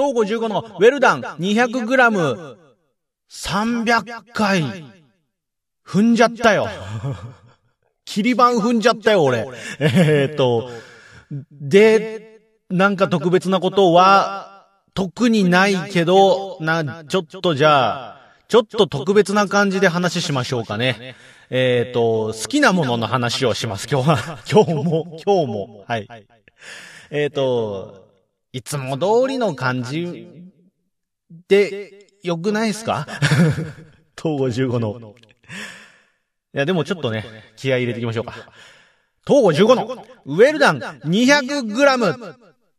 東郷15のウェルダン 200g 300回踏んじゃったよ。切り板踏んじゃったよ俺。で、なんか特別なことは特にないけど、ちょっとじゃあ、ちょっと特別な感じで話しましょうかね。好きなものの話をします、今日は。今日も。はい。いつも通りの感じでよくないですか？東郷15の。いや、でもちょっとね、気合い入れていきましょうか。東郷15のウェルダン 200g。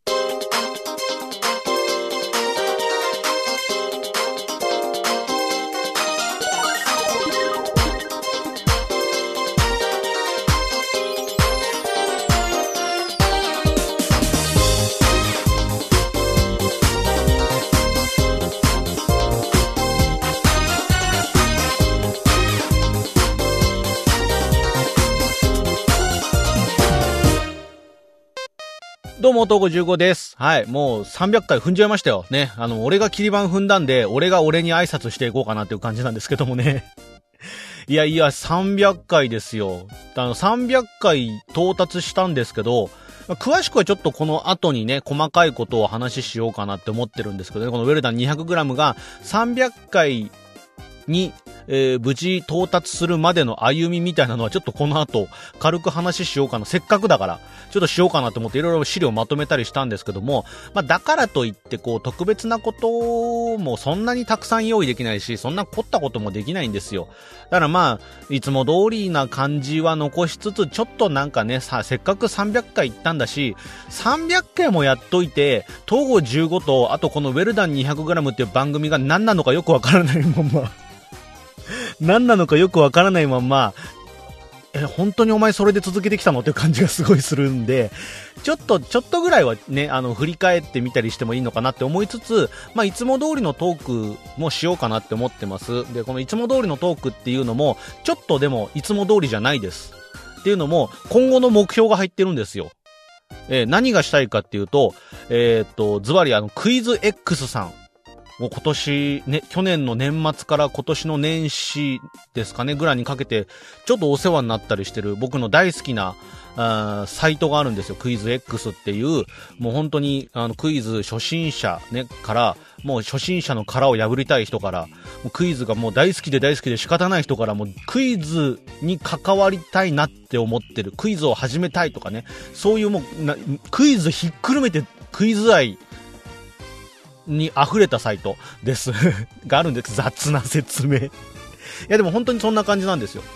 どうも、東郷15です。はい、もう300回踏んじゃいましたよ。ね。俺が切り板踏んだんで、俺が俺に挨拶していこうかなっていう感じなんですけどもね。いや、300回ですよ。300回到達したんですけど、詳しくはちょっとこの後にね、細かいことを話しようかなって思ってるんですけどね、このウェルダン 200g が300回に、無事到達するまでの歩みみたいなのはちょっとこの後軽く話しようかな、せっかくだからちょっとしようかなと思っていろいろ資料まとめたりしたんですけども、だからといってこう特別なこともそんなにたくさん用意できないし、そんな凝ったこともできないんですよ。だからいつも通りな感じは残しつつ、ちょっとなんかね、せっかく300回行ったんだし、300回もやっといて、東郷15とあとこのウェルダン 200g っていう番組が何なのかよくわからないまま何なのかよくわからないまんま、本当にお前それで続けてきたのっていう感じがすごいするんで、ちょっとぐらいはね、振り返ってみたりしてもいいのかなって思いつつ、いつも通りのトークもしようかなって思ってます。で、このいつも通りのトークっていうのも、ちょっとでもいつも通りじゃないです。っていうのも、今後の目標が入ってるんですよ。何がしたいかっていうと、ズバリクイズ X さん。もう今年ね、去年の年末から今年の年始ですかねぐらいにかけてちょっとお世話になったりしてる僕の大好きなサイトがあるんですよ。クイズ X っていう、もう本当にクイズ初心者ねから、もう初心者の殻を破りたい人から、もうクイズがもう大好きで仕方ない人から、もうクイズに関わりたいなって思ってる、クイズを始めたいとかね、そういうもうクイズひっくるめてクイズ愛に溢れたサイトですがあるんです。雑な説明いやでも本当にそんな感じなんですよ。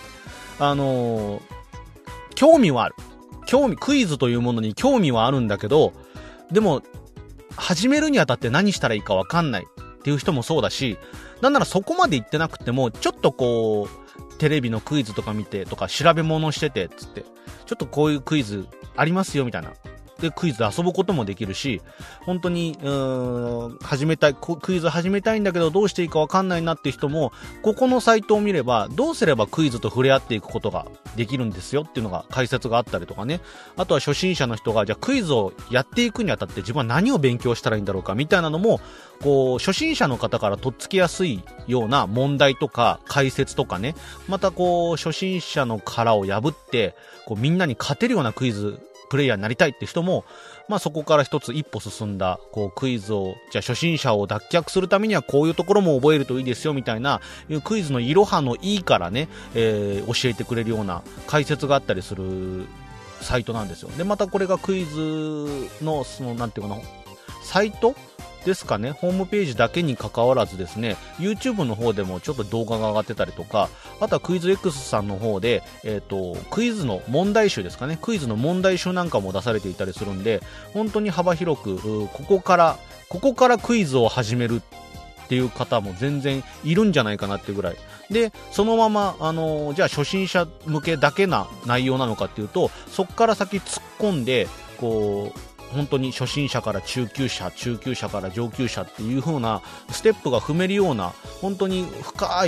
興味はある、クイズというものに興味はあるんだけど、でも始めるにあたって何したらいいか分かんないっていう人もそうだし、なんならそこまで行ってなくてもちょっとこうテレビのクイズとか見てとか調べ物しててつって、ちょっとこういうクイズありますよみたいなでクイズで遊ぶこともできるし、本当にクイズ始めたいんだけどどうしていいか分かんないなっていう人も、ここのサイトを見ればどうすればクイズと触れ合っていくことができるんですよっていうのが解説があったりとかね。あとは初心者の人がじゃあクイズをやっていくにあたって自分は何を勉強したらいいんだろうかみたいなのも、こう初心者の方からとっつきやすいような問題とか解説とかね、またこう初心者の殻を破ってこうみんなに勝てるようなクイズプレイヤーになりたいって人も、そこから一歩進んだこうクイズを、じゃあ初心者を脱却するためにはこういうところも覚えるといいですよみたいな、クイズのいろはのいいからね、教えてくれるような解説があったりするサイトなんですよ。でまたこれがクイズのそのなんていうかな、サイトですかね、ホームページだけに関わらずですね、 YouTube の方でもちょっと動画が上がってたりとか、あとはクイズ X さんの方で、クイズの問題集ですかね、クイズの問題集なんかも出されていたりするんで、本当に幅広くここからクイズを始めるっていう方も全然いるんじゃないかなっていうぐらいで、そのままじゃあ初心者向けだけな内容なのかっていうと、そこから先突っ込んでこう本当に初心者から中級者から上級者っていう風なステップが踏めるような、本当に深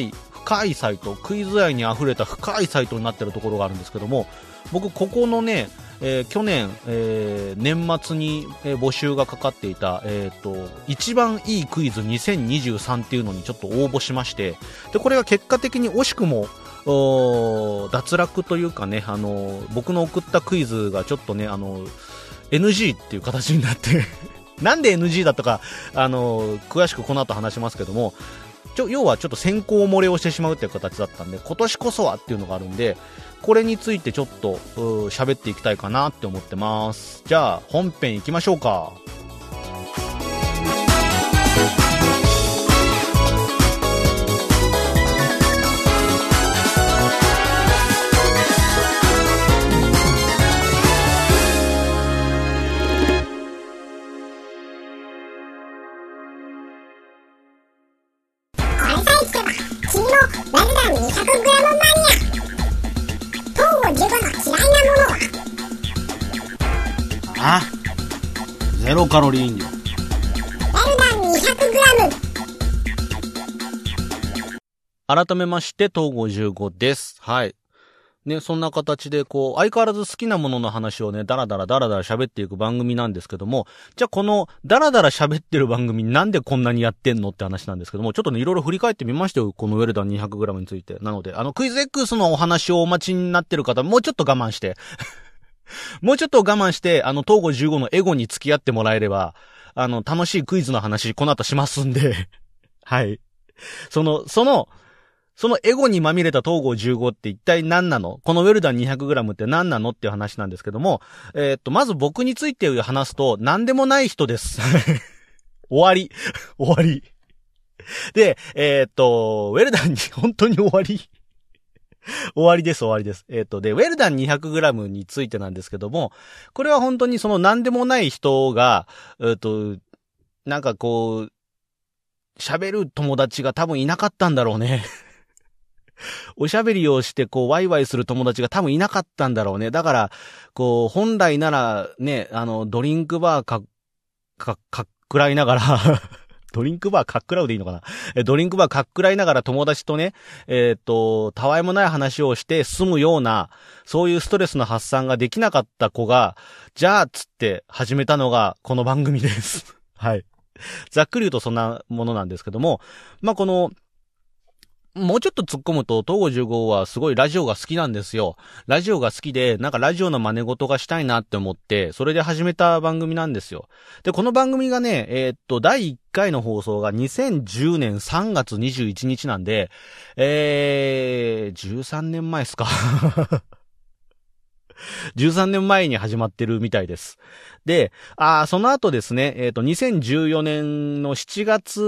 深いサイト、クイズ愛に溢れた深いサイトになってるところがあるんですけども、僕ここのね、去年、年末に、募集がかかっていた、一番いいクイズ2023っていうのにちょっと応募しまして、でこれが結果的に惜しくも脱落というかね、僕の送ったクイズがちょっとね、NG っていう形になってなんで NG だったか、詳しくこの後話しますけども、要はちょっと先行漏れをしてしまうっていう形だったんで、今年こそはっていうのがあるんで、これについてちょっと喋っていきたいかなって思ってます。じゃあ本編行きましょうか。あ、ゼロカロリー飲料。改めまして、東郷15です。はい。ね、そんな形で、相変わらず好きなものの話をね、ダラダラ喋っていく番組なんですけども、じゃあこの、ダラダラ喋ってる番組なんでこんなにやってんのって話なんですけども、ちょっとね、いろいろ振り返ってみましたよ、このウェルダン 200g について。なので、クイズ X のお話をお待ちになってる方、もうちょっと我慢して、もうちょっと我慢して、東郷15のエゴに付き合ってもらえれば、楽しいクイズの話、この後しますんで、はい。そのエゴにまみれた東郷15って一体何なの？このウェルダン 200g って何なのっていう話なんですけども、まず僕について話すと、何でもない人です。終わり。で、ウェルダンに本当に終わり。終わりです。で、ウェルダン 200g についてなんですけども、これは本当に何でもない人が、なんか喋る友達が多分いなかったんだろうね。おしゃべりをしてワイワイする友達が多分いなかったんだろうね。だから、本来ならね、ドリンクバーかっくらいながら、ドリンクバーかっくらうでいいのかな？ドリンクバーかっくらいながら友達とね、たわいもない話をして済むような、そういうストレスの発散ができなかった子が、じゃあつって始めたのがこの番組です。はい。ざっくり言うとそんなものなんですけども、まあ、もうちょっと突っ込むと、東郷15はすごいラジオが好きなんですよ。ラジオが好きで、なんかラジオの真似事がしたいなって思って、それで始めた番組なんですよ。で、この番組がね、第1回の放送が2010年3月21日なんで、13年前っすか。13年前に始まってるみたいです。で、その後ですね、2014年の7月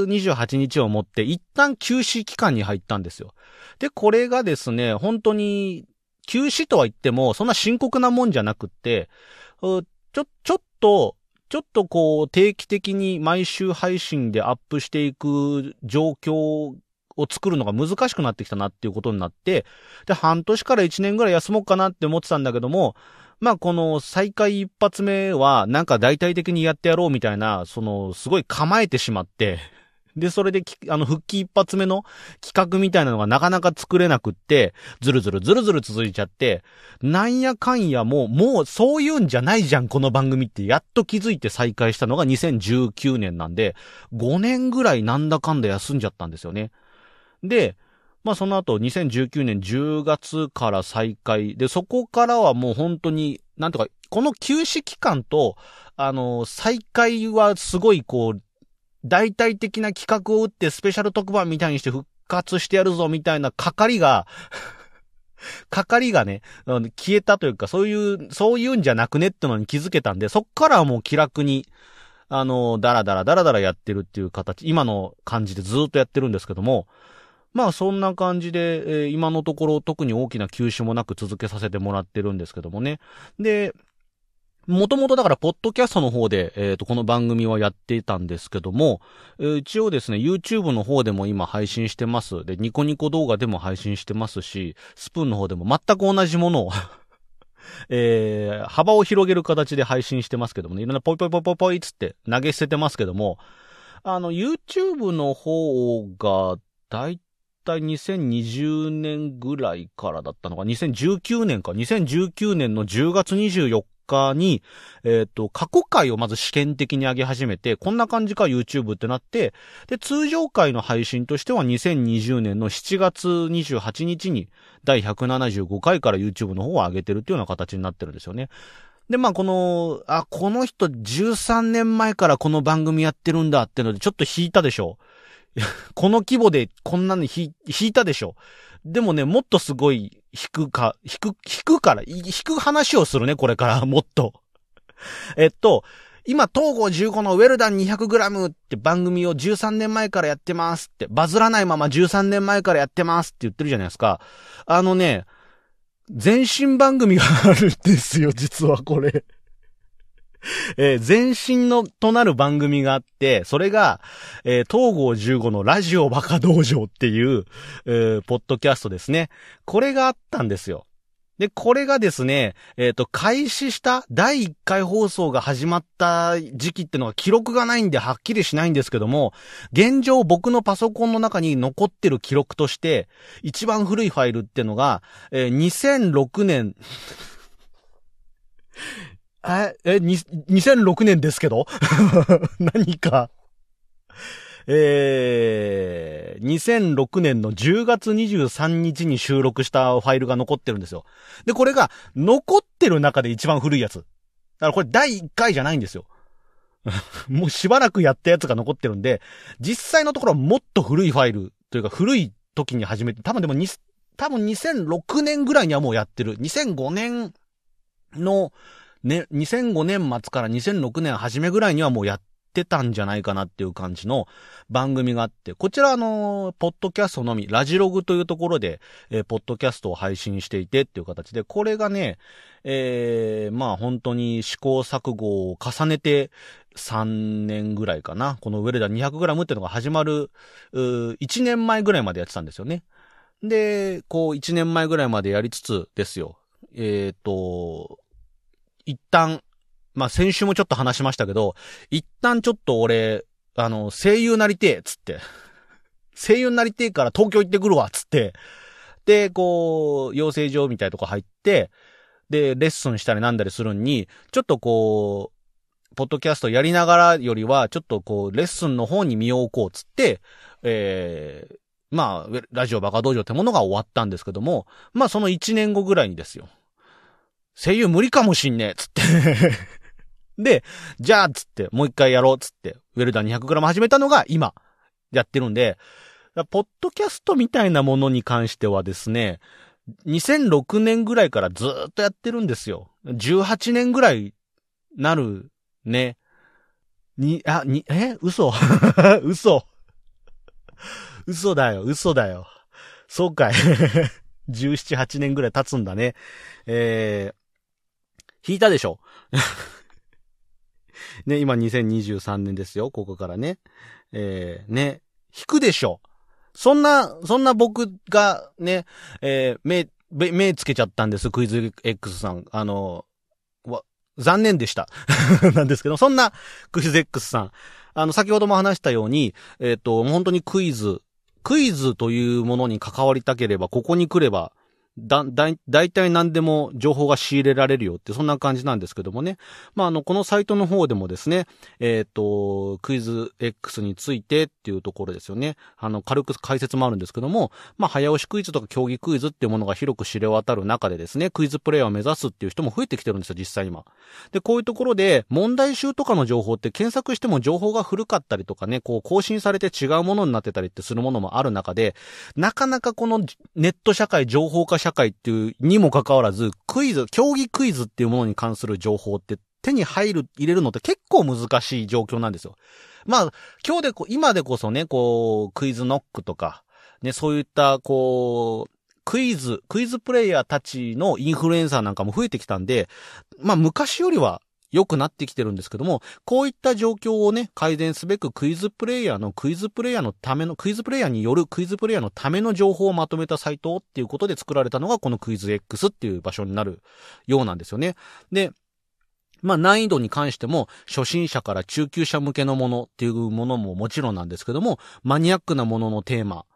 28日をもって一旦休止期間に入ったんですよ。で、これがですね、本当に休止とは言ってもそんな深刻なもんじゃなくって、ちょっと定期的に毎週配信でアップしていく状況を作るのが難しくなってきたなっていうことになって、で、半年から1年ぐらい休もうかなって思ってたんだけども、まあ、この再開一発目は、なんか大々的にやってやろうみたいな、すごい構えてしまって、で、それで復帰一発目の企画みたいなのがなかなか作れなくって、ずるずる続いちゃって、なんやかんやもうそういうんじゃないじゃん、この番組ってやっと気づいて再開したのが2019年なんで、5年ぐらいなんだかんだ休んじゃったんですよね。で、まあその後2019年10月から再開で、そこからはもう本当になんとかこの休止期間と再開はすごい大々的な企画を打ってスペシャル特番みたいにして復活してやるぞみたいな係がね、消えたというか、そういうんじゃなくねってのに気づけたんで、そっからはもう気楽にダラダラやってるっていう形、今の感じでずっとやってるんですけども、まあそんな感じで、今のところ特に大きな休止もなく続けさせてもらってるんですけどもね。で、もともとだからポッドキャストの方で、この番組はやっていたんですけども、一応ですね YouTube の方でも今配信してます。で、ニコニコ動画でも配信してますし、スプーンの方でも全く同じものを幅を広げる形で配信してますけどもね、いろんなポイつって投げ捨ててますけども、YouTube の方がだいたい2020年ぐらいからだったのか、2019年の10月24日に、過去回をまず試験的に上げ始めて、こんな感じか YouTube ってなって、で、通常回の配信としては2020年の7月28日に第175回から YouTube の方を上げてるっていうような形になってるんですよね。で、まあ、この人13年前からこの番組やってるんだってのでちょっと引いたでしょ。この規模でこんなの引いたでしょ。でもね、もっとすごい引く話をするね、これからもっと。今、東郷15のウェルダン 200g って番組を13年前からやってますって、バズらないまま13年前からやってますって言ってるじゃないですか。前身番組があるんですよ、実はこれ。前身となる番組があって、それが、東郷15のラジオバカ道場っていう、ポッドキャストですね。これがあったんですよ。で、これがですね、開始した第1回放送が始まった時期ってのは記録がないんではっきりしないんですけども、現状僕のパソコンの中に残ってる記録として、一番古いファイルってのが、2006年、2006年ですけど何か。2006年の10月23日に収録したファイルが残ってるんですよ。で、これが残ってる中で一番古いやつ。だからこれ第1回じゃないんですよ。もうしばらくやったやつが残ってるんで、実際のところはもっと古いファイルというか古い時に始めて、多分2006年ぐらいにはもうやってる。2005年のね、2005年末から2006年初めぐらいにはもうやってたんじゃないかなっていう感じの番組があって、こちらポッドキャストのみ、ラジログというところで、ポッドキャストを配信していてっていう形で、これがね、まあ本当に試行錯誤を重ねて3年ぐらいかな。このウェルダン 200g っていうのが始まる、1年前ぐらいまでやってたんですよね。で、こう1年前ぐらいまでやりつつですよ。一旦、まあ、先週もちょっと話しましたけど、一旦ちょっと俺、声優なりてえ、つって。声優なりてえから東京行ってくるわ、つって。で、こう、養成所みたいなとこ入って、で、レッスンしたりなんだりするに、ちょっとこう、ポッドキャストやりながらよりは、ちょっとこう、レッスンの方に身を置こう、つって、まあ、ラジオバカ道場ってものが終わったんですけども、まあ、その1年後ぐらいにですよ。声優無理かもしんねえ、つって。で、じゃあ、つって、もう一回やろう、つって、ウェルダン 200g 始めたのが今、やってるんで、ポッドキャストみたいなものに関してはですね、2006年ぐらいからずーっとやってるんですよ。18年ぐらいなる、ね。嘘嘘だよ。そうかい。17、8年ぐらい経つんだね。引いたでしょね、今2023年ですよ、ここからね。ね、引くでしょ。そんな僕がね、目つけちゃったんです、クイズ X さん。残念でした。なんですけど、そんなクイズ X さん。先ほども話したように、本当にクイズというものに関わりたければ、ここに来れば、だいたい何でも情報が仕入れられるよって、そんな感じなんですけどもね。まあ、このサイトの方でもですね、クイズ X についてっていうところですよね。軽く解説もあるんですけども、まあ、早押しクイズとか競技クイズっていうものが広く知れ渡る中でですね、クイズプレイヤーを目指すっていう人も増えてきてるんですよ、実際今。で、こういうところで、問題集とかの情報って検索しても情報が古かったりとかね、こう更新されて違うものになってたりってするものもある中で、なかなかこのネット社会、情報化社会っていうにもかかわらず、競技クイズっていうものに関する情報って手に入れるのって結構難しい状況なんですよ。まあ、今でこそね、こう、クイズノックとか、ね、そういった、こう、クイズプレイヤーたちのインフルエンサーなんかも増えてきたんで、まあ昔よりは良くなってきてるんですけども、こういった状況をね、改善すべくクイズプレイヤーによるクイズプレイヤーのための情報をまとめたサイトっていうことで作られたのがこのクイズ X っていう場所になるようなんですよね。で、まあ難易度に関しても初心者から中級者向けのものっていうものももちろんなんですけども、マニアックなもののテーマ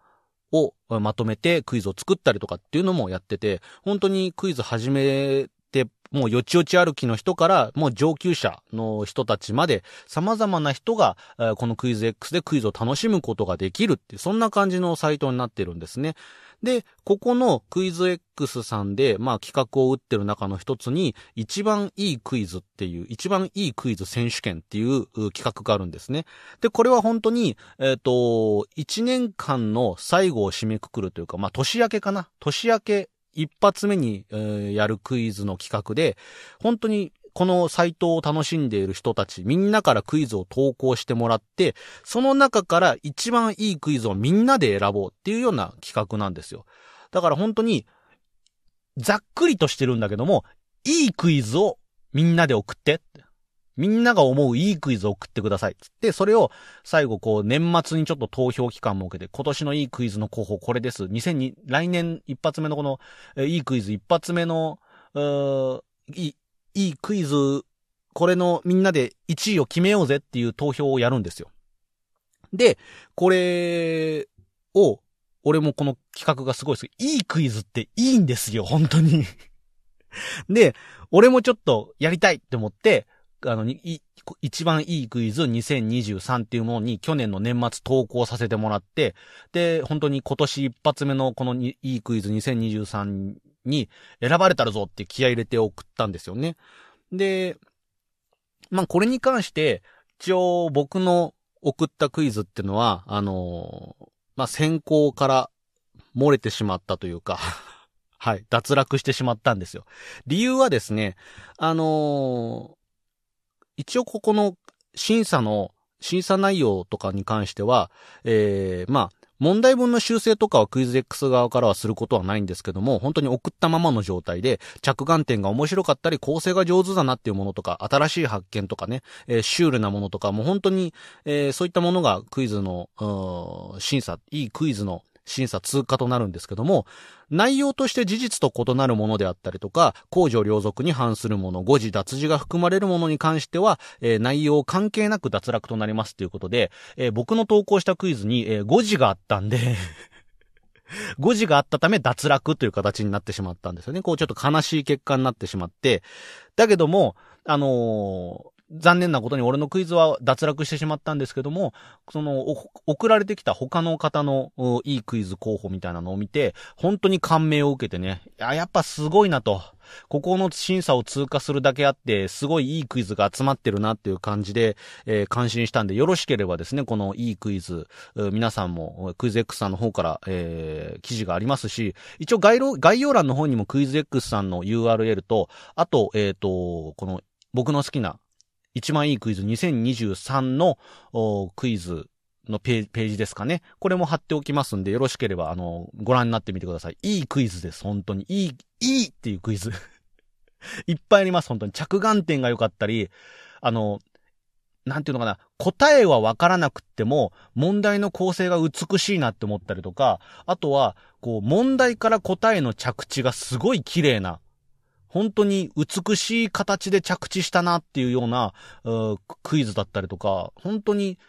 をまとめてクイズを作ったりとかっていうのもやってて、本当にクイズ始めて、もうよちよち歩きの人から、もう上級者の人たちまで、様々な人が、このクイズ X でクイズを楽しむことができるっていう、そんな感じのサイトになってるんですね。で、ここのクイズ X さんで、まあ企画を打ってる中の一つに、一番いいクイズっていう、一番いいクイズ選手権っていう企画があるんですね。で、これは本当に、1年間の最後を締めくくるというか、まあ年明けかな。年明け、一発目に、やるクイズの企画で、本当にこのサイトを楽しんでいる人たち、みんなからクイズを投稿してもらって、その中から一番いいクイズをみんなで選ぼうっていうような企画なんですよ。だから本当に、ざっくりとしてるんだけども、いいクイズをみんなで送って。みんなが思ういいクイズを送ってください。つって、それを最後年末にちょっと投票期間設けて、今年のいいクイズの候補これです。来年一発目のこの、いいクイズ一発目の、いいクイズ、これのみんなで1位を決めようぜっていう投票をやるんですよ。で、これを、俺もこの企画がすごいです。いいクイズっていいんですよ、本当に。で、俺もちょっとやりたいって思って、一番いいクイズ2023っていうものに去年の年末投稿させてもらって、で、本当に今年一発目のこのいいクイズ2023に選ばれたらぞって気合い入れて送ったんですよね。で、まあこれに関して、一応僕の送ったクイズっていうのは、まあ選考から漏れてしまったというか、はい、脱落してしまったんですよ。理由はですね、一応ここの審査内容とかに関しては、まあ、問題文の修正とかはクイズ X 側からはすることはないんですけども、本当に送ったままの状態で、着眼点が面白かったり、構成が上手だなっていうものとか、新しい発見とかね、シュールなものとか、もう本当に、そういったものがクイズの、いいクイズの審査通過となるんですけども、内容として事実と異なるものであったりとか、公序良俗に反するもの、誤字脱字が含まれるものに関しては、内容関係なく脱落となりますということで、僕の投稿したクイズに、誤字があったんで、誤字があったため脱落という形になってしまったんですよね。ちょっと悲しい結果になってしまって、だけども、残念なことに俺のクイズは脱落してしまったんですけども、送られてきた他の方のいいクイズ候補みたいなのを見て、本当に感銘を受けてね、やっぱすごいなと。ここの審査を通過するだけあって、すごいいいクイズが集まってるなっていう感じで、感心したんで、よろしければですね、このいいクイズ、皆さんもクイズ X さんの方から、記事がありますし、一応概要欄の方にもクイズ X さんの URL と、あと、この僕の好きな一番いいクイズ2023のクイズのページですかね。これも貼っておきますんで、よろしければご覧になってみてください。いいクイズです、本当に。いいっていうクイズ。いっぱいあります、本当に。着眼点が良かったり、なんていうのかな、答えはわからなくっても、問題の構成が美しいなって思ったりとか、あとは、問題から答えの着地がすごい綺麗な、本当に美しい形で着地したなっていうようなクイズだったりとか、本当に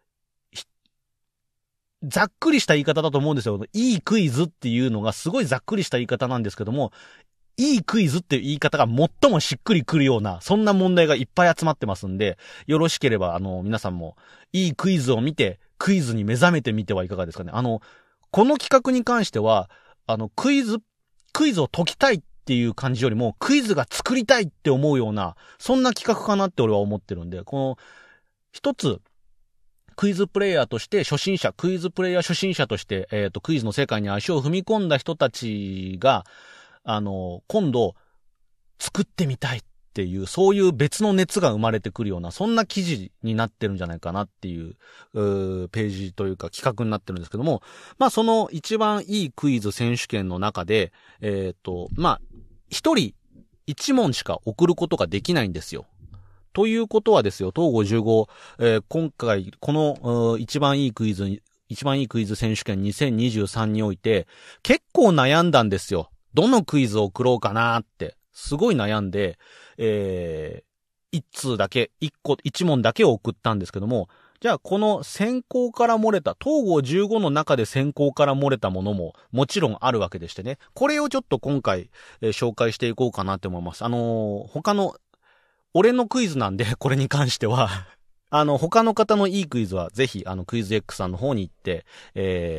ざっくりした言い方だと思うんですよ。いいクイズっていうのがすごいざっくりした言い方なんですけども、いいクイズっていう言い方が最もしっくりくるような、そんな問題がいっぱい集まってますんで、よろしければ皆さんもいいクイズを見て、クイズに目覚めてみてはいかがですかね。この企画に関しては、クイズを解きたいっていう感じよりも、クイズが作りたいって思うような、そんな企画かなって俺は思ってるんで、一つ、クイズプレイヤーとしてクイズプレイヤー初心者として、クイズの世界に足を踏み込んだ人たちが、今度、作ってみたいっていう、そういう別の熱が生まれてくるような、そんな記事になってるんじゃないかなっていう、ページというか企画になってるんですけども、まあその一番いいクイズ選手権の中で、まあ、一人一問しか送ることができないんですよ。ということはですよ、東郷15、今回、この、一番いいクイズ選手権2023において、結構悩んだんですよ。どのクイズを送ろうかなって、すごい悩んで、一問だけを送ったんですけども、 じゃあこの選考から漏れた、東郷15の中で選考から漏れたものももちろんあるわけでしてね。これをちょっと今回、紹介していこうかなって思います。他の、俺のクイズなんで、これに関しては、他の方のいいクイズはぜひ、クイズ X さんの方に行って、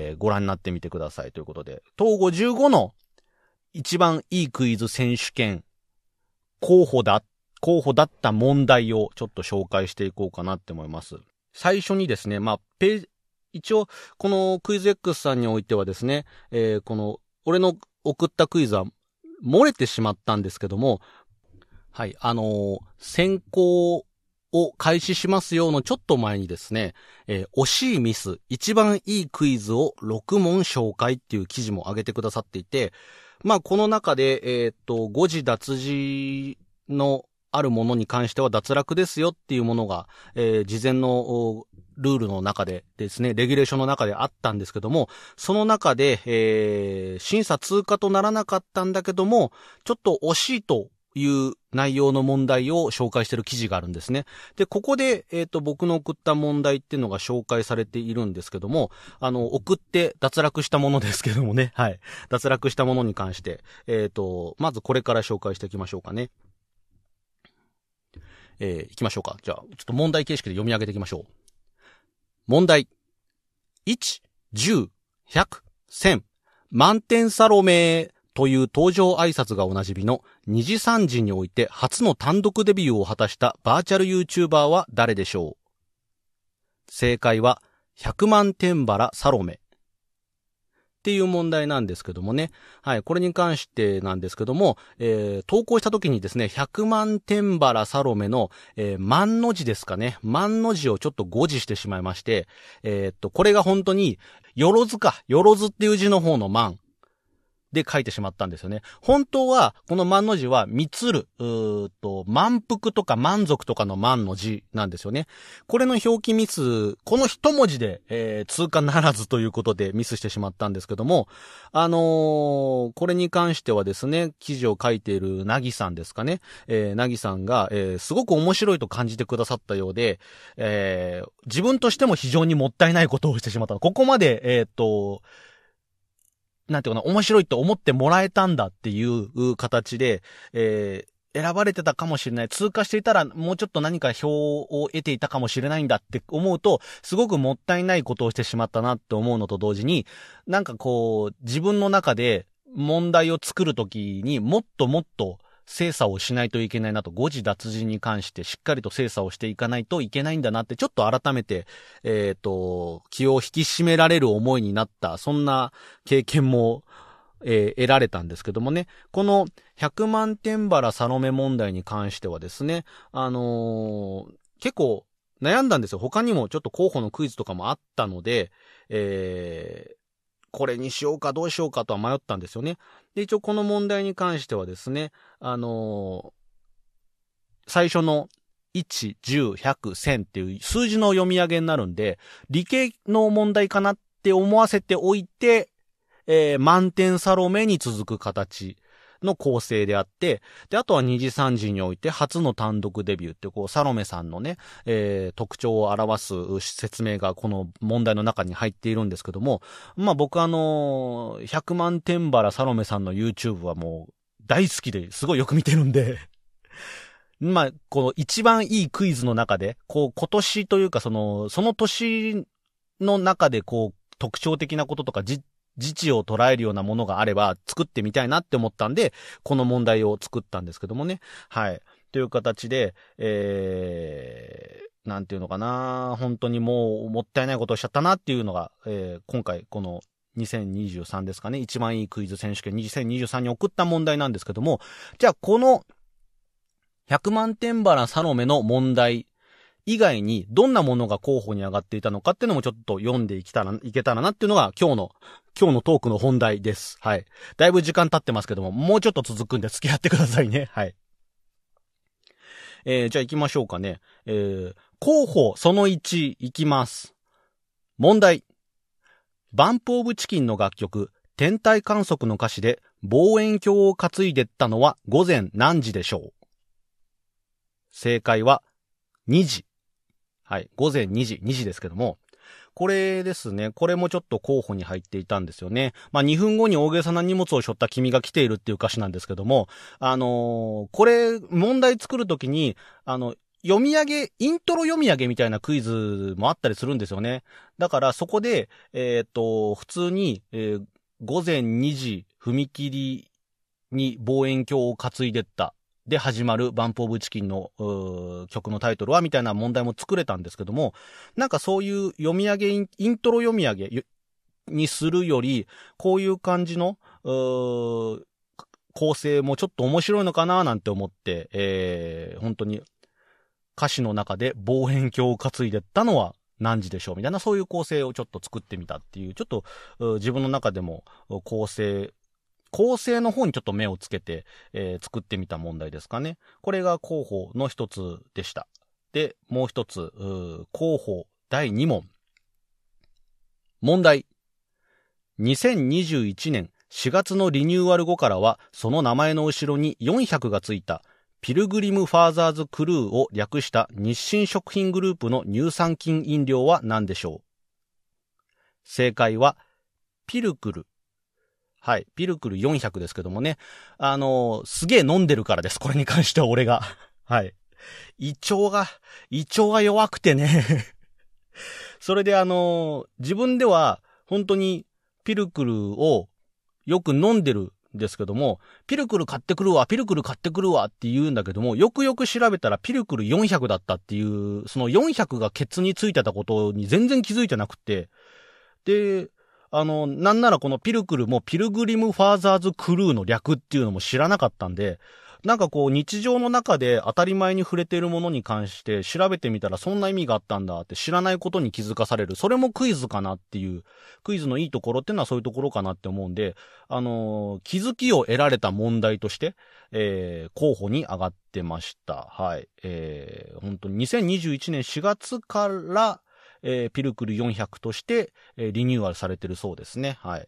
ご覧になってみてくださいということで、東郷15の一番いいクイズ選手権候補だった問題をちょっと紹介していこうかなって思います。最初にですね、一応、このクイズ X さんにおいてはですね、この、俺の送ったクイズは漏れてしまったんですけども、はい、選考を開始しますよのちょっと前にですね、惜しいミス、一番いいクイズを6問紹介っていう記事も上げてくださっていて、この中で、誤字脱字のあるものに関しては脱落ですよっていうものが、事前のルールの中でですね、レギュレーションの中であったんですけども、その中で、審査通過とならなかったんだけども、ちょっと惜しいという内容の問題を紹介している記事があるんですね。で、ここで、僕の送った問題っていうのが紹介されているんですけども、送って脱落したものですけどもね、はい。脱落したものに関して、まずこれから紹介していきましょうかね。いきましょうか。じゃあ、ちょっと問題形式で読み上げていきましょう。問題。1、10、100、1000、満点サロメという登場挨拶がおなじみの2時3時において初の単独デビューを果たしたバーチャル YouTuber は誰でしょう？正解は100万点バラサロメっていう問題なんですけどもね。はい、これに関してなんですけども、投稿した時にですね、100万点バラサロメの、万の字ですかね。万の字をちょっと誤字してしまいまして、これが本当に、よろずっていう字の方の万で書いてしまったんですよね。本当は、この万の字は、満る、満腹とか満足とかの満の字なんですよね。これの表記ミス、この一文字で、通過ならずということでミスしてしまったんですけども、これに関してはですね、記事を書いているなぎさんですかね。なぎさんが、すごく面白いと感じてくださったようで、自分としても非常にもったいないことをしてしまった。ここまで、なんていうかな、面白いと思ってもらえたんだっていう形で、選ばれてたかもしれない。通過していたらもうちょっと何か票を得ていたかもしれないんだって思うと、すごくもったいないことをしてしまったなって思うのと同時に、なんかこう、自分の中で問題を作るときにもっともっと精査をしないといけないなと、誤字脱字に関してしっかりと精査をしていかないといけないんだなって、ちょっと改めて、気を引き締められる思いになった、そんな経験も、得られたんですけどもね、この100万点バラサロメ問題に関してはですね、結構悩んだんですよ。他にもちょっと候補のクイズとかもあったので、これにしようかどうしようかとは迷ったんですよね。で、一応この問題に関してはですね、最初の1、10、100、1000っていう数字の読み上げになるんで、理系の問題かなって思わせておいて、満点サロメに続く形の構成であって、で、あとは2時3時において初の単独デビューってこう、サロメさんのね、特徴を表す説明がこの問題の中に入っているんですけども、僕100万点バラサロメさんの YouTube はもう大好きですごいよく見てるんで、この一番いいクイズの中で、こう、今年というかその年の中でこう、特徴的なこととか自治を捉えるようなものがあれば作ってみたいなって思ったんで、この問題を作ったんですけどもね。はい。という形で、なんていうのかな、本当にもうもったいないことをしちゃったなっていうのが、今回この2023ですかね、一番いいクイズ選手権2023に送った問題なんですけども、じゃあこの100万点バラサロメの問題以外にどんなものが候補に上がっていたのかっていうのもちょっと読んでいけたらなっていうのが今日のトークの本題です。はい。だいぶ時間経ってますけども、もうちょっと続くんで付き合ってくださいね。はい。じゃあ行きましょうかね。候補その1いきます。問題。バンプオブチキンの楽曲、天体観測の歌詞で望遠鏡を担いでったのは午前何時でしょう？正解は2時。 はい。午前2時ですけども、これですね。これもちょっと候補に入っていたんですよね。まあ、2分後に大げさな荷物を背負った君が来ているっていう歌詞なんですけども、これ、問題作るときに、読み上げ、イントロ読み上げみたいなクイズもあったりするんですよね。だからそこで、普通に、午前2時踏切に望遠鏡を担いでったで始まるバンプオブチキンの曲のタイトルはみたいな問題も作れたんですけども、なんかそういう読み上げイントロ読み上げにするより、こういう感じの構成もちょっと面白いのかななんて思って、本当に歌詞の中で望遠鏡を担いでったのは何時でしょうみたいな、そういう構成をちょっと作ってみたっていう、ちょっと自分の中でも構成の方にちょっと目をつけて、作ってみた問題ですかね。これが候補の一つでした。で、もう一つ、候補第2問。問題。2021年4月のリニューアル後からは、その名前の後ろに400がついた、ピルグリムファーザーズクルーを略した日清食品グループの乳酸菌飲料は何でしょう？正解は、ピルクル。はい。ピルクル400ですけどもね。すげえ飲んでるからです。これに関しては俺が。はい。胃腸が弱くてね。それで自分では本当にピルクルをよく飲んでるんですけども、ピルクル買ってくるわって言うんだけども、よくよく調べたらピルクル400だったっていう、その400がケツについてたことに全然気づいてなくて。で、なんならこのピルクルもピルグリムファーザーズクルーの略っていうのも知らなかったんで、なんかこう日常の中で当たり前に触れているものに関して調べてみたらそんな意味があったんだって知らないことに気づかされる。それもクイズかなっていう、クイズのいいところっていうのはそういうところかなって思うんで、気づきを得られた問題として、候補に上がってました。はい。本当に2021年4月から、ピルクル400として、リニューアルされてるそうですね。はい。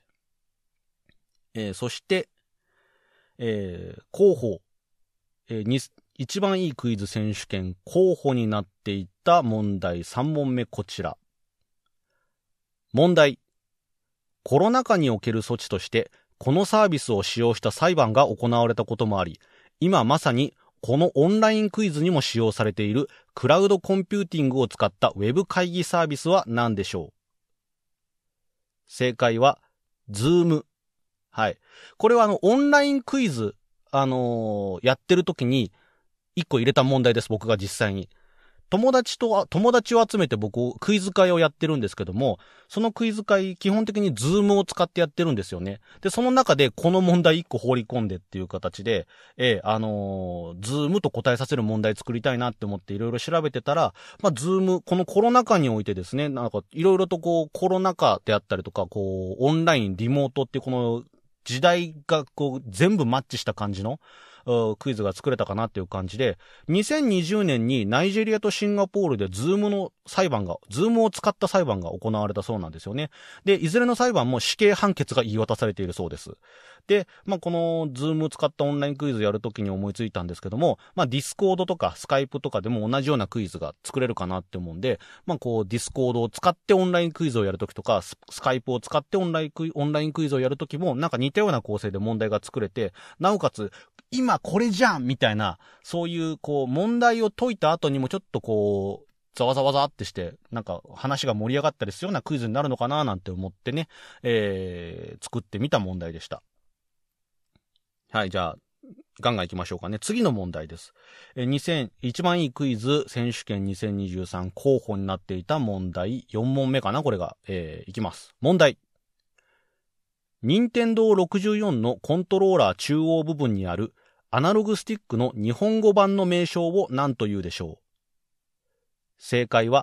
そして、候補、一番いいクイズ選手権候補になっていた問題3問目こちら。問題。コロナ禍における措置として、このサービスを使用した裁判が行われたこともあり、今まさにこのオンラインクイズにも使用されているクラウドコンピューティングを使ったウェブ会議サービスは何でしょう？正解は、Zoom。はい。これはオンラインクイズ、やってる時に一個入れた問題です、僕が実際に。友達を集めて僕、クイズ会をやってるんですけども、そのクイズ会、基本的にズームを使ってやってるんですよね。で、その中でこの問題1個放り込んでっていう形で、ズームと答えさせる問題作りたいなって思っていろいろ調べてたら、まあ、ズーム、このコロナ禍においてですね、なんかいろいろとこう、コロナ禍であったりとか、こう、オンライン、リモートっていうこの時代がこう、全部マッチした感じの、クイズが作れたかなっていう感じで、2020年にナイジェリアとシンガポールでズームを使った裁判が行われたそうなんですよね。で、いずれの裁判も死刑判決が言い渡されているそうです。で、まあ、このズームを使ったオンラインクイズやるときに思いついたんですけども、まあ、ディスコードとかスカイプとかでも同じようなクイズが作れるかなって思うんで、まあ、こう、ディスコードを使ってオンラインクイズをやるときとか、スカイプを使ってオンラインクイズをやるときも、なんか似たような構成で問題が作れて、なおかつ、今これじゃんみたいな、そういうこう問題を解いた後にもちょっとこう、ざわざわざってして、なんか話が盛り上がったりするようなクイズになるのかななんて思ってね、作ってみた問題でした。はい、じゃあ、ガンガン行きましょうかね。次の問題です。一番いいクイズ選手権2023候補になっていた問題、4問目かなこれが。いきます。問題。任天堂64のコントローラー中央部分にあるアナログスティックの日本語版の名称を何と言うでしょう？正解は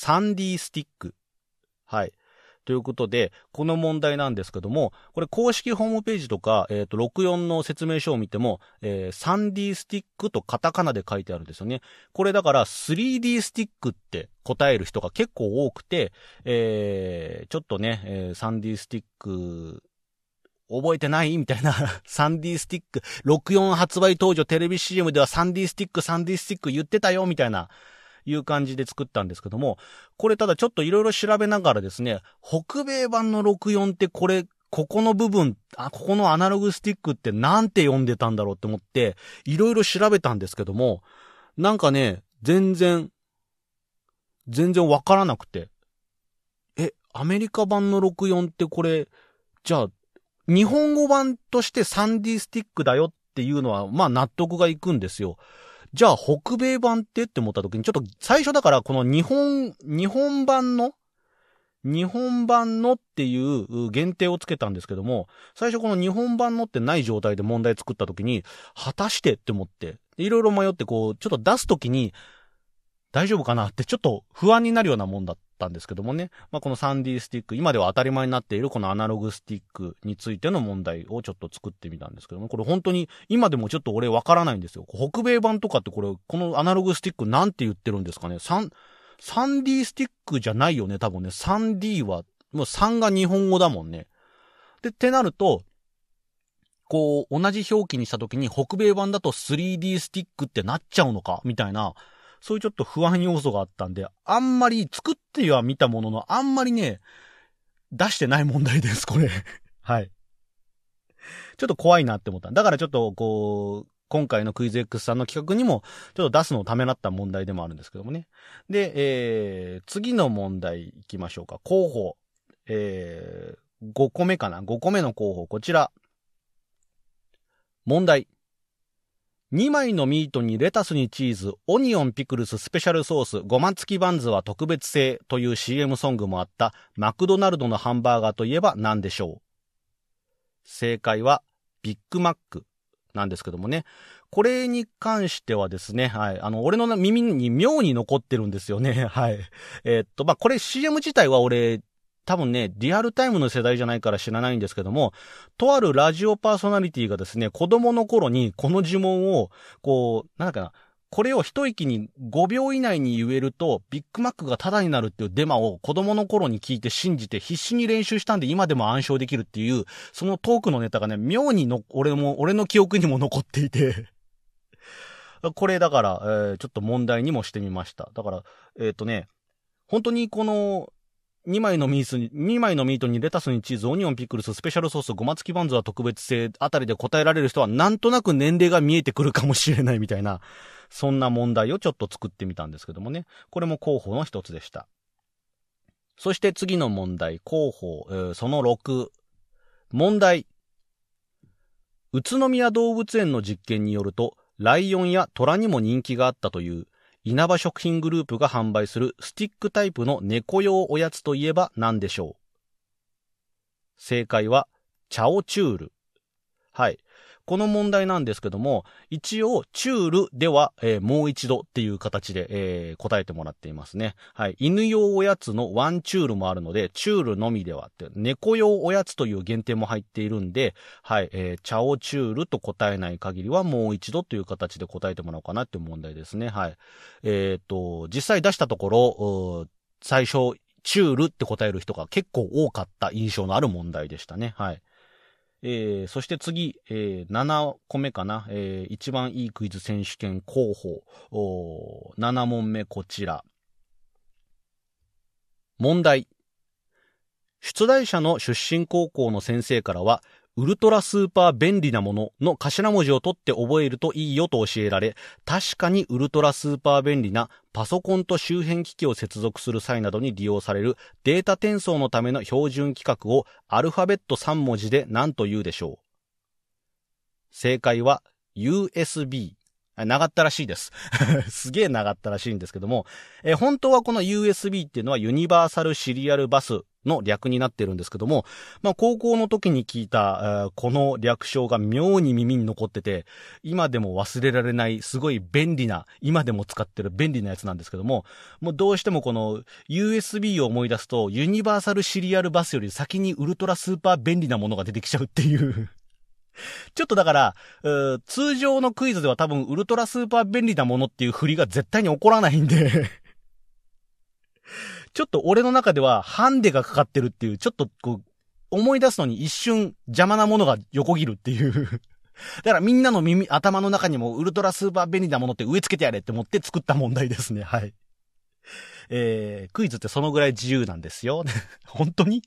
3D スティック。はい。ということで、この問題なんですけども、これ公式ホームページとか、64の説明書を見ても、3D スティックとカタカナで書いてあるんですよね。これだから 3D スティックって答える人が結構多くて、ちょっとね、3D スティック、覚えてないみたいな3D スティック64発売当時テレビ CM では3D スティック言ってたよみたいないう感じで作ったんですけども、これただちょっといろいろ調べながらですね、北米版の64ってここの部分、ここのアナログスティックってなんて読んでたんだろうって思って、いろいろ調べたんですけども、なんかね、全然わからなくて。アメリカ版の64ってこれ、じゃあ、日本語版として 3D スティックだよっていうのは、まあ納得がいくんですよ。じゃあ、北米版って思った時に、ちょっと最初だからこの日本版のっていう限定をつけたんですけども、最初この日本版のってない状態で問題作った時に、果たしてって思って、いろいろ迷ってちょっと出す時に、大丈夫かなってちょっと不安になるようなもんだったんですけどもね。まあ、この 3D スティック、今では当たり前になっているこのアナログスティックについての問題をちょっと作ってみたんですけども、これ本当に今でもちょっと俺わからないんですよ。北米版とかってこのアナログスティックなんて言ってるんですかね。3D スティックじゃないよね、多分ね。3D は、もう3が日本語だもんね。で、ってなると、同じ表記にした時に北米版だと 3D スティックってなっちゃうのかみたいな、そういうちょっと不安要素があったんで、あんまり作っては見たものの、あんまりね、出してない問題です、これ。はい。ちょっと怖いなって思った。だからちょっと今回のクイズ X さんの企画にも、ちょっと出すのをためらった問題でもあるんですけどもね。で、次の問題いきましょうか。候補。5個目かな。5個目の候補、こちら。問題。2枚のミートにレタスにチーズ、オニオンピクルススペシャルソース、ごま付きバンズは特別製という CM ソングもあったマクドナルドのハンバーガーといえば何でしょう？正解はビッグマックなんですけどもね。これに関してはですね、はい。俺の耳に妙に残ってるんですよね。はい。まあ、これ CM 自体は俺、多分ね、リアルタイムの世代じゃないから知らないんですけども、とあるラジオパーソナリティがですね、子供の頃にこの呪文を、なんだかな、これを一息に5秒以内に言えると、ビッグマックがタダになるっていうデマを子供の頃に聞いて信じて必死に練習したんで今でも暗唱できるっていう、そのトークのネタがね、妙に俺の記憶にも残っていて、これだから、ちょっと問題にもしてみました。だから、本当にこの、2枚のミートにレタスにチーズ、オニオンピクルス、スペシャルソース、ごま付きバンズは特別製あたりで答えられる人はなんとなく年齢が見えてくるかもしれないみたいな、そんな問題をちょっと作ってみたんですけどもね。これも候補の一つでした。そして次の問題、候補、その6。問題。宇都宮動物園の実験によると、ライオンやトラにも人気があったという、稲葉食品グループが販売するスティックタイプの猫用おやつといえば何でしょう？正解は、チャオチュール。はい。この問題なんですけども、一応、チュールでは、もう一度っていう形で、答えてもらっていますね。はい。犬用おやつのワンチュールもあるので、チュールのみではって、猫用おやつという限定も入っているんで、はい。チャオチュールと答えない限りはもう一度という形で答えてもらおうかなっていう問題ですね。はい。実際出したところ、最初、チュールって答える人が結構多かった印象のある問題でしたね。はい。そして次、7個目かな、一番いいクイズ選手権候補、7問目こちら。問題。出題者の出身高校の先生からは、ウルトラスーパー便利なものの頭文字を取って覚えるといいよと教えられ、確かにウルトラスーパー便利なパソコンと周辺機器を接続する際などに利用されるデータ転送のための標準規格をアルファベット3文字で何と言うでしょう？正解は USB。長ったらしいです。すげえ長ったらしいんですけども、本当はこの USB っていうのはユニバーサルシリアルバスの略になってるんですけども、まあ高校の時に聞いた、この略称が妙に耳に残ってて、今でも忘れられないすごい便利な、今でも使ってる便利なやつなんですけども、もうどうしてもこの USB を思い出すとユニバーサルシリアルバスより先にウルトラスーパー便利なものが出てきちゃうっていうちょっとだから、通常のクイズでは多分ウルトラスーパー便利なものっていう振りが絶対に起こらないんでちょっと俺の中ではハンデがかかってるっていう、ちょっと思い出すのに一瞬邪魔なものが横切るっていうだからみんなの頭の中にもウルトラスーパー便利なものって植え付けてやれって思って作った問題ですね。はい。 クイズってそのぐらい自由なんですよ。本当に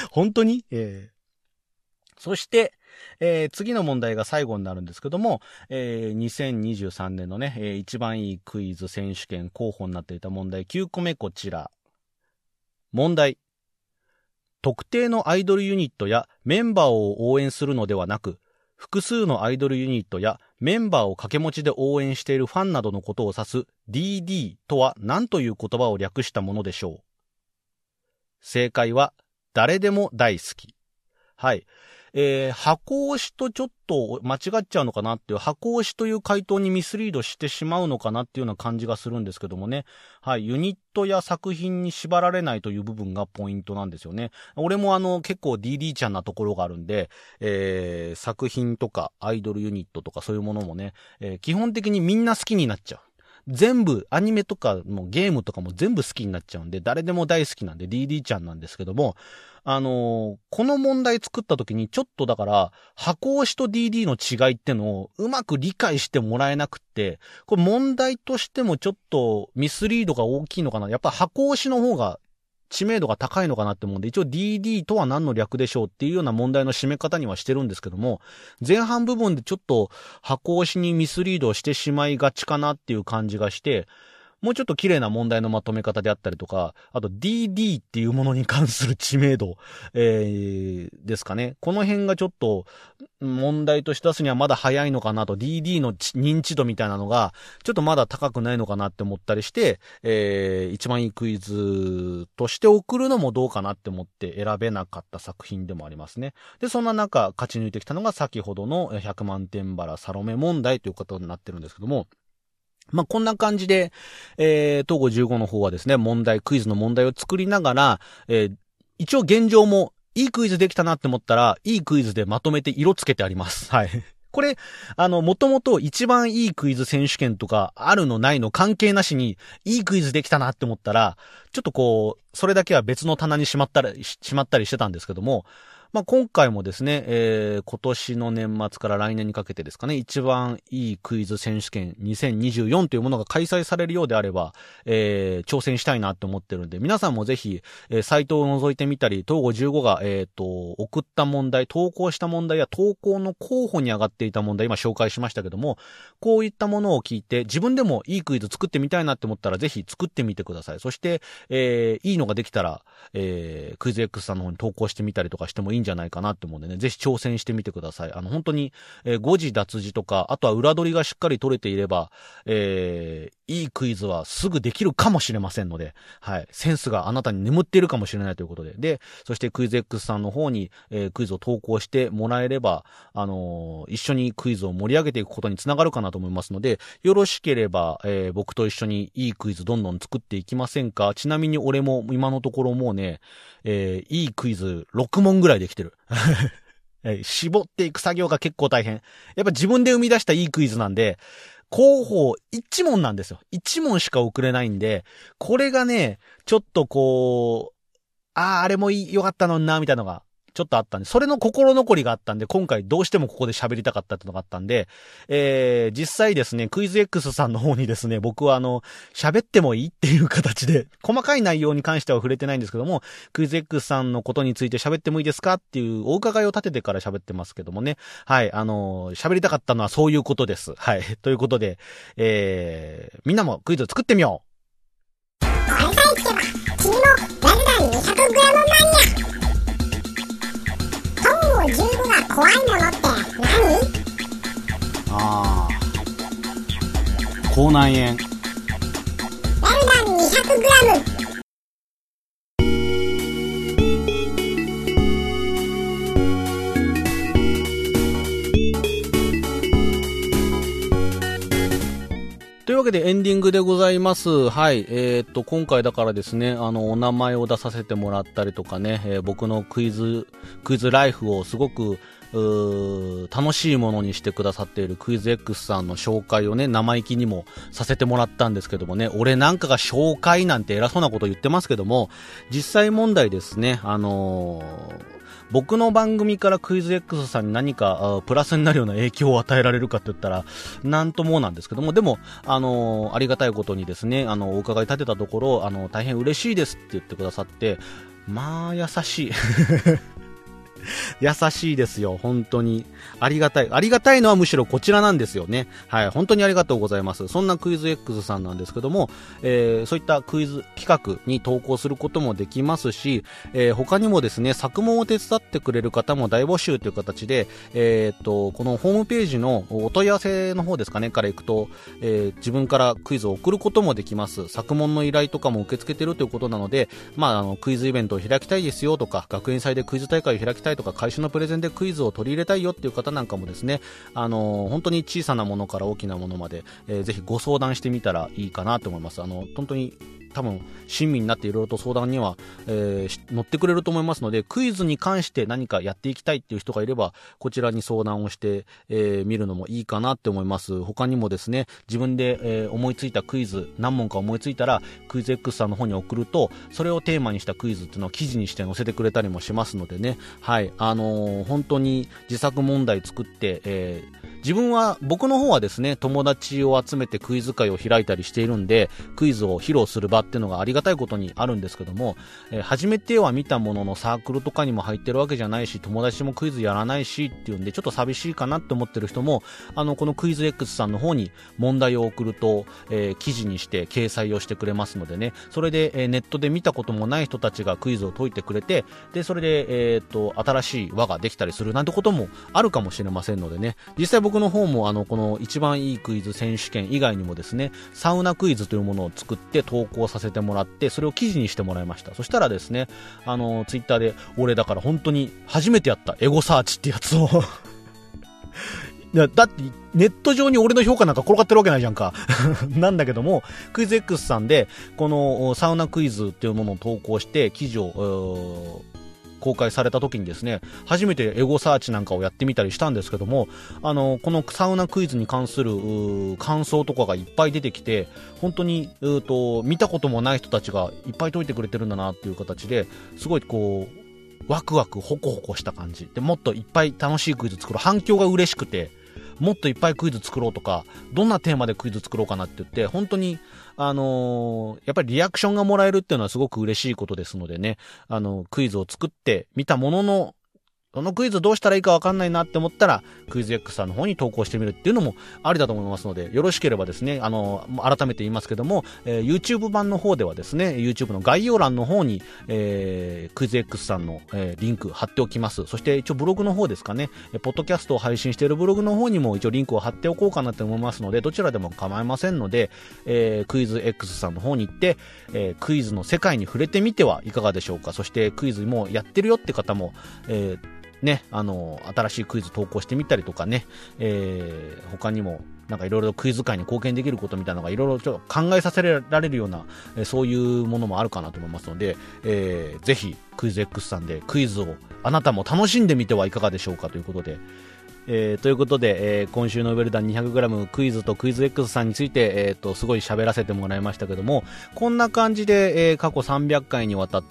そして、次の問題が最後になるんですけども、2023年のね、一番いいクイズ選手権候補になっていた問題9個目こちら。問題。特定のアイドルユニットやメンバーを応援するのではなく、複数のアイドルユニットやメンバーを掛け持ちで応援しているファンなどのことを指す DD とは何という言葉を略したものでしょう。正解は誰でも大好き。はい。箱推しとちょっと間違っちゃうのかなっていう、箱推しという回答にミスリードしてしまうのかなっていうような感じがするんですけどもね。はい。ユニットや作品に縛られないという部分がポイントなんですよね。俺も結構 DD ちゃんなところがあるんで、作品とかアイドルユニットとかそういうものもね、基本的にみんな好きになっちゃう。全部、アニメとかもゲームとかも全部好きになっちゃうんで、誰でも大好きなんで DD ちゃんなんですけども、この問題作った時にちょっとだから、箱推しと DD の違いってのをうまく理解してもらえなくって、これ問題としてもちょっとミスリードが大きいのかな。やっぱ箱推しの方が知名度が高いのかなって思うんで、一応 DD とは何の略でしょうっていうような問題の締め方にはしてるんですけども、前半部分でちょっと箱推しにミスリードをしてしまいがちかなっていう感じがして、もうちょっと綺麗な問題のまとめ方であったりとか、あと DD っていうものに関する知名度、ですかね。この辺がちょっと問題として出すにはまだ早いのかなと、DD の認知度みたいなのがちょっとまだ高くないのかなって思ったりして、一番いいクイズとして送るのもどうかなって思って選べなかった作品でもありますね。で、そんな中勝ち抜いてきたのが先ほどの100万点バラサロメ問題ということになってるんですけども、まあ、こんな感じで、東郷15の方はですね、クイズの問題を作りながら、一応現状もいいクイズできたなって思ったら、いいクイズでまとめて色つけてあります。はい。これ、もともと一番いいクイズ選手権とか、あるのないの関係なしに、いいクイズできたなって思ったら、ちょっとこう、それだけは別の棚にしまったりしてたんですけども、まあ、今回もですね、今年の年末から来年にかけてですかね、一番いいクイズ選手権2024というものが開催されるようであれば、挑戦したいなって思ってるんで、皆さんもぜひ、サイトを覗いてみたり、東郷15が、送った問題、投稿した問題や投稿の候補に上がっていた問題、今紹介しましたけども、こういったものを聞いて、自分でもいいクイズ作ってみたいなって思ったら、ぜひ作ってみてください。そして、いいのができたら、クイズ X さんの方に投稿してみたりとかしてもいいんじゃないかなって思うんでね、ぜひ挑戦してみてください。本当に、誤字脱字とか、あとは裏取りがしっかり取れていれば、いいクイズはすぐできるかもしれませんので、はい、センスがあなたに眠っているかもしれないということで、で、そしてクイズ X さんの方に、クイズを投稿してもらえれば、一緒にクイズを盛り上げていくことにつながるかなと思いますので、よろしければ、僕と一緒にいいクイズどんどん作っていきませんか？ちなみに俺も今のところもうね、いいクイズ6問ぐらいできてる。絞っていく作業が結構大変。やっぱ自分で生み出したいいクイズなんで、候補1問なんですよ。1問しか送れないんで、これがね、ちょっとこう、あれも良かったのにな、みたいなのが、ちょっとあったんで、それの心残りがあったんで、今回どうしてもここで喋りたかったっていうのがあったんで、実際ですね、クイズ X さんの方にですね、僕は喋ってもいいっていう形で、細かい内容に関しては触れてないんですけども、クイズ X さんのことについて喋ってもいいですかっていうお伺いを立ててから喋ってますけどもね。はい、喋りたかったのはそういうことです。はい。ということで、みんなもクイズ作ってみよう。 これさえ聞けば、君もラズダン 200g マニア。15が怖いものって何？口内炎。 エルダン 200g。 というわけでエンディングでございます。はい。今回だからですね、お名前を出させてもらったりとかね、僕のクイズライフをすごく、楽しいものにしてくださっているクイズ X さんの紹介をね、生意気にもさせてもらったんですけどもね、俺なんかが紹介なんて偉そうなこと言ってますけども、実際問題ですね、 僕の番組からクイズ X さんに何かプラスになるような影響を与えられるかって言ったらなんともなんですけども、でもありがたいことにですね、お伺い立てたところ大変嬉しいですって言ってくださって、まあ優しい優しいですよ、本当に。ありがたいのはむしろこちらなんですよね。はい、本当にありがとうございます。そんなクイズ X さんなんですけども、そういったクイズ企画に投稿することもできますし、他にもですね、作問を手伝ってくれる方も大募集という形で、このホームページのお問い合わせの方ですかね、から行くと、自分からクイズを送ることもできます。作問の依頼とかも受け付けてるということなので、クイズイベントを開きたいですよとか、学園祭でクイズ大会を開きたいとか、会社のプレゼンでクイズを取り入れたいよっていう方なんかもですね、本当に小さなものから大きなものまで、ぜひご相談してみたらいいかなと思います。本当に多分親身になっていろいろと相談には、乗ってくれると思いますので、クイズに関して何かやっていきたいっていう人がいればこちらに相談をして、見るのもいいかなって思います。他にもですね、自分で、思いついたクイズ何問か思いついたらクイズ X さんの方に送ると、それをテーマにしたクイズっていうのを記事にして載せてくれたりもしますのでね、はい、本当に自作問題作って、僕の方はですね、友達を集めてクイズ会を開いたりしているんで、クイズを披露する場っていうのがありがたいことにあるんですけども、初めては見たもののサークルとかにも入ってるわけじゃないし、友達もクイズやらないしっていうんでちょっと寂しいかなって思ってる人も、このクイズ X さんの方に問題を送ると、記事にして掲載をしてくれますのでね、それで、ネットで見たこともない人たちがクイズを解いてくれて、でそれで、新しい輪ができたりするなんてこともあるかもしれませんのでね、実際僕の方もこの一番いいクイズ選手権以外にもですね、サウナクイズというものを作って投稿させてもらって、それを記事にしてもらいました。そしたらですね、ツイッターで俺だから本当に初めてやったエゴサーチってやつをだってネット上に俺の評価なんか転がってるわけないじゃんかなんだけども、クイズ X さんでこのサウナクイズっていうものを投稿して記事を公開された時にですね、初めてエゴサーチなんかをやってみたりしたんですけども、このサウナクイズに関する感想とかがいっぱい出てきて、本当に見たこともない人たちがいっぱい解いてくれてるんだなっていう形で、すごいこうワクワクホコホコした感じで、もっといっぱい楽しいクイズ作ろう、反響が嬉しくて、もっといっぱいクイズ作ろうとか、どんなテーマでクイズ作ろうかなって言って、本当にやっぱりリアクションがもらえるっていうのはすごく嬉しいことですのでね、クイズを作ってみたものの、このクイズどうしたらいいか分かんないなって思ったらクイズ X さんの方に投稿してみるっていうのもありだと思いますので、よろしければですね、改めて言いますけども、YouTube 版の方ではですね、 YouTube の概要欄の方に、クイズ X さんの、リンク貼っておきます。そして一応ブログの方ですかね、ポッドキャストを配信しているブログの方にも一応リンクを貼っておこうかなと思いますので、どちらでも構いませんので、クイズ X さんの方に行って、クイズの世界に触れてみてはいかがでしょうか。そしてクイズもやってるよって方も、ね、新しいクイズ投稿してみたりとかね、他にもなんかいろいろクイズ界に貢献できることみたいなのがいろいろちょっと考えさせられるような、そういうものもあるかなと思いますので、ぜひクイズ X さんでクイズをあなたも楽しんでみてはいかがでしょうかということで、ということで、今週のウェルダン 200g クイズとクイズ X さんについて、すごい喋らせてもらいましたけども、こんな感じで、過去300回にわたって、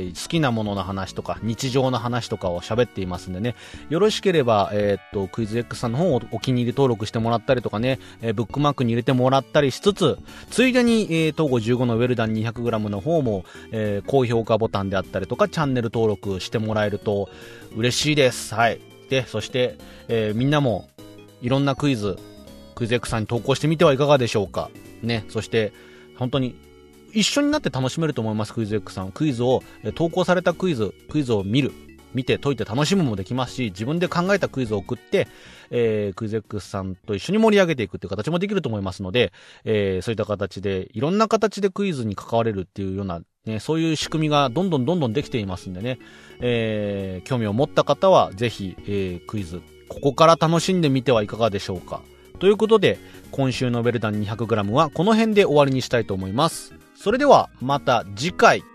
好きなものの話とか日常の話とかを喋っていますんでね、よろしければ、クイズ X さんの方をお気に入り登録してもらったりとかね、ブックマークに入れてもらったりしつつ、ついでに、東郷15のウェルダン 200g の方も、高評価ボタンであったりとかチャンネル登録してもらえると嬉しいです。はい。でそして、みんなもいろんなクイズ X さんに投稿してみてはいかがでしょうかね。そして本当に一緒になって楽しめると思います。クイズ X さん、クイズを投稿されたクイズを見て解いて楽しむもできますし、自分で考えたクイズを送って、クイズ X さんと一緒に盛り上げていくっていう形もできると思いますので、そういった形でいろんな形でクイズに関われるっていうようなね、そういう仕組みがどんどんできていますんでね、興味を持った方はぜひ、クイズここから楽しんでみてはいかがでしょうか。ということで今週のベルダン 200g はこの辺で終わりにしたいと思います。それではまた次回。